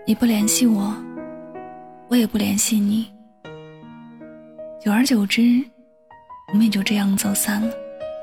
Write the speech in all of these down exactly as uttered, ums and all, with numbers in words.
你不联系我，我也不联系你，久而久之，我们也就这样走散了。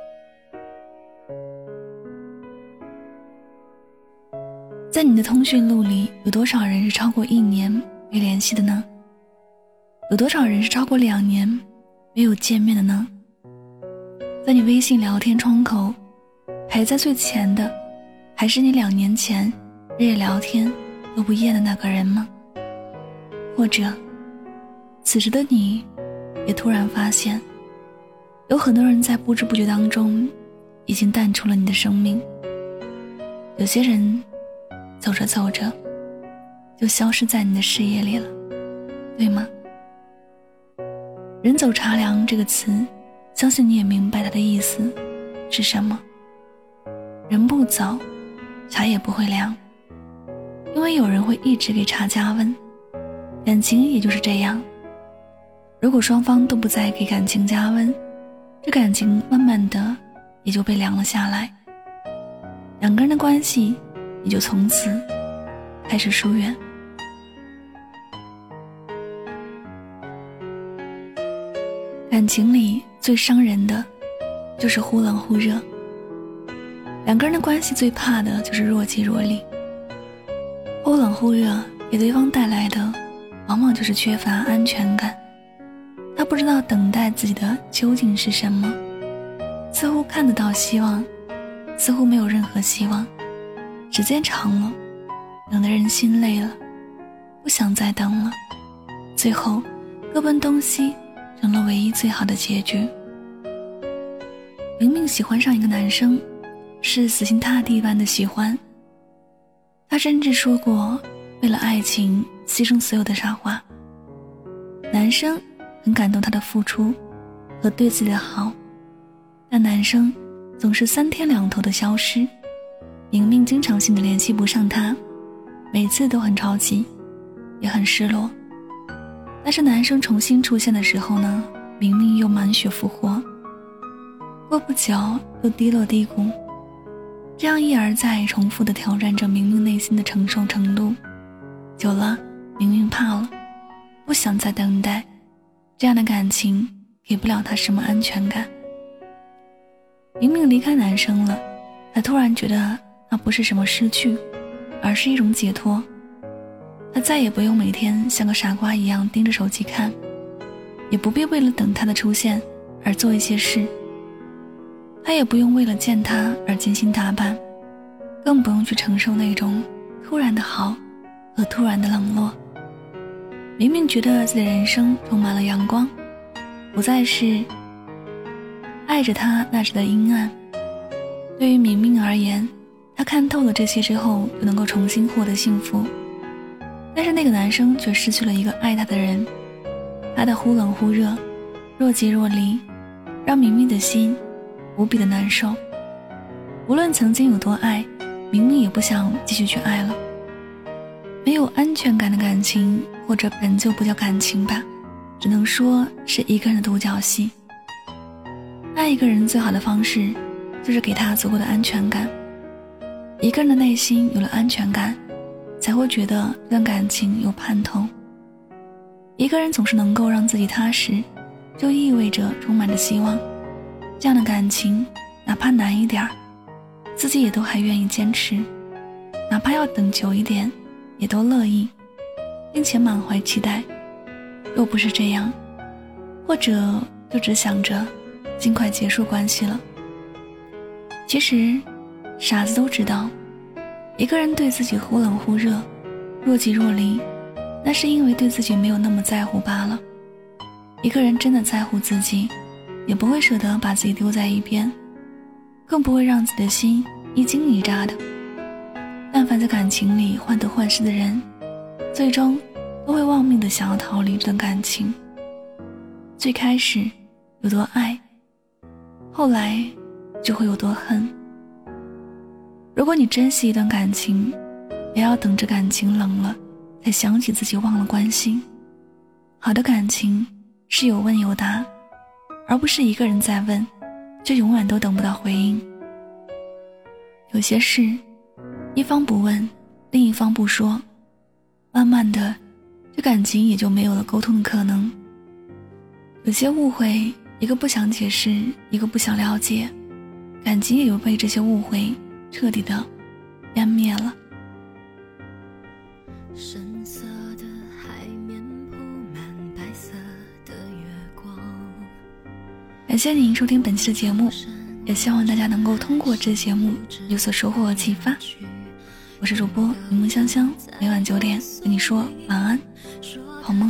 在你的通讯录里，有多少人是超过一年没联系的呢？有多少人是超过两年没有见面的呢？在你微信聊天窗口排在最前的，还是你两年前日夜聊天都不厌的那个人吗？或者此时的你也突然发现，有很多人在不知不觉当中已经淡出了你的生命。有些人走着走着就消失在你的视野里了，对吗？人走茶凉这个词，相信你也明白它的意思是什么。人不走，茶也不会凉，因为有人会一直给茶加温。感情也就是这样，如果双方都不再给感情加温，这感情慢慢的也就被凉了下来，两个人的关系也就从此开始疏远。感情里最伤人的就是忽冷忽热，两个人的关系最怕的就是若即若离。忽冷忽热给对方带来的往往就是缺乏安全感，他不知道等待自己的究竟是什么，似乎看得到希望，似乎没有任何希望。时间长了，等得人心累了，不想再等了，最后各奔东西成了唯一最好的结局。明明喜欢上一个男生，是死心塌地般的喜欢，他甚至说过为了爱情牺牲所有的傻话。男生很感动他的付出和对自己的好，但男生总是三天两头的消失。明明经常性的联系不上他，每次都很着急也很失落，但是男生重新出现的时候呢，明明又满血复活，过不久又低落低谷，这样一而再重复的挑战着明明内心的承受程度。久了，明明怕了，不想再等待，这样的感情给不了他什么安全感。明明离开男生了，他突然觉得那不是什么失去，而是一种解脱。他再也不用每天像个傻瓜一样盯着手机看，也不必为了等他的出现而做一些事，他也不用为了见他而精心打扮，更不用去承受那种突然的好和突然的冷落。明明觉得自己的人生充满了阳光，不再是爱着他那时的阴暗。对于明明而言，他看透了这些之后就能够重新获得幸福，但是那个男生却失去了一个爱他的人。他的忽冷忽热，若即若离，让明明的心无比的难受。无论曾经有多爱，明明也不想继续去爱了。没有安全感的感情，或者本就不叫感情吧，只能说是一个人的独角戏。爱一个人最好的方式就是给他足够的安全感，一个人的内心有了安全感，才会觉得这段感情有盼头。一个人总是能够让自己踏实，就意味着充满着希望。这样的感情哪怕难一点，自己也都还愿意坚持，哪怕要等久一点也都乐意，并且满怀期待。若不是这样，或者就只想着尽快结束关系了。其实傻子都知道，一个人对自己忽冷忽热，若即若离，那是因为对自己没有那么在乎罢了。一个人真的在乎自己，也不会舍得把自己丢在一边，更不会让自己的心一惊一乍的。但凡在感情里患得患失的人，最终都会忘命的想要逃离这段感情。最开始有多爱，后来就会有多恨。如果你珍惜一段感情，也要等着感情冷了才想起自己忘了关心。好的感情是有问有答，而不是一个人在问，就永远都等不到回应。有些事一方不问，另一方不说， 慢慢的，这感情也就没有了沟通的可能。有些误会，一个不想解释，一个不想了解，感情也就被这些误会彻底的湮灭了。 深色的海面铺满白色的月光。 感谢您收听本期的节目，也希望大家能够通过这节目有所收获和启发。我是主播柠檬香香，每晚九点跟你说晚安，好梦。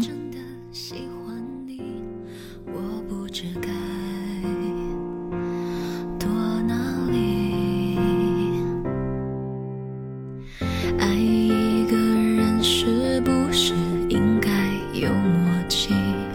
我不知该躲哪里，爱一个人是不是应该有默契？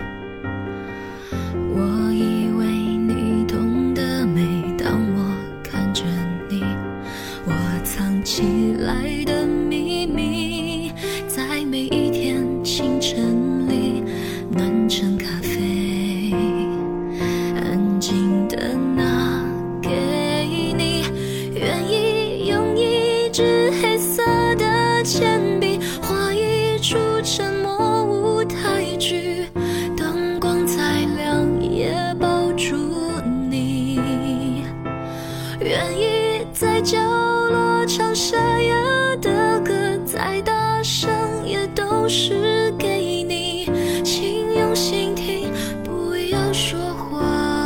我以为你懂得，每当我看着你，我藏起来的秘密，在每一天清晨里暖成咖啡，安静的拿给你，愿意用一支黑色的铅笔画一出沉默舞台剧，灯光再亮也抱住你，愿意在角落唱沙哑的歌，再大声也都是给你，请用心听，不要说话。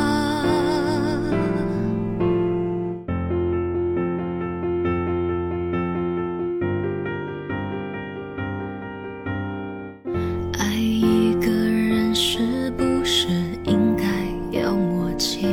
爱一个人是不是应该要默契？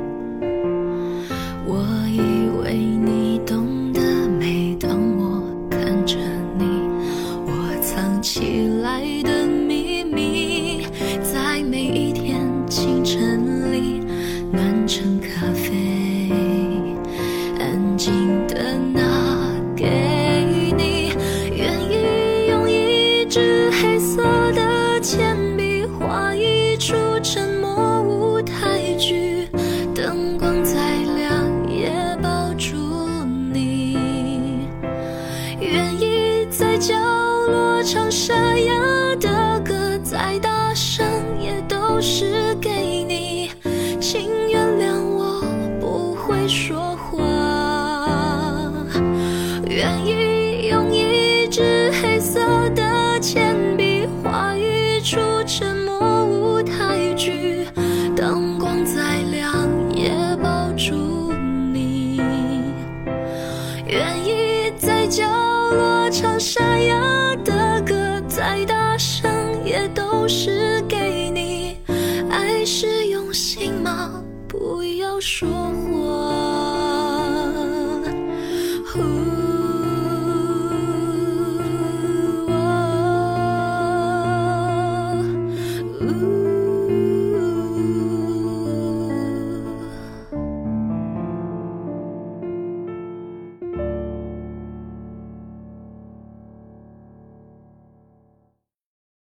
我以为你懂得，每当我看着你，我藏起来的秘密，在每一天清晨里暖成咖啡，安静的拿给你，愿意用一支黑色的铅笔画一出沉默舞台剧，灯光再亮也抱住你，愿意在角落唱沙哑的歌，再大声也都是给你，请原谅我不会说话，愿意用一支黑色的铅笔画一出沉默舞台剧，灯光再亮也抱住你，愿意在角落唱沙哑的歌，再大声也都是给你，爱是用心吗？不要说谎。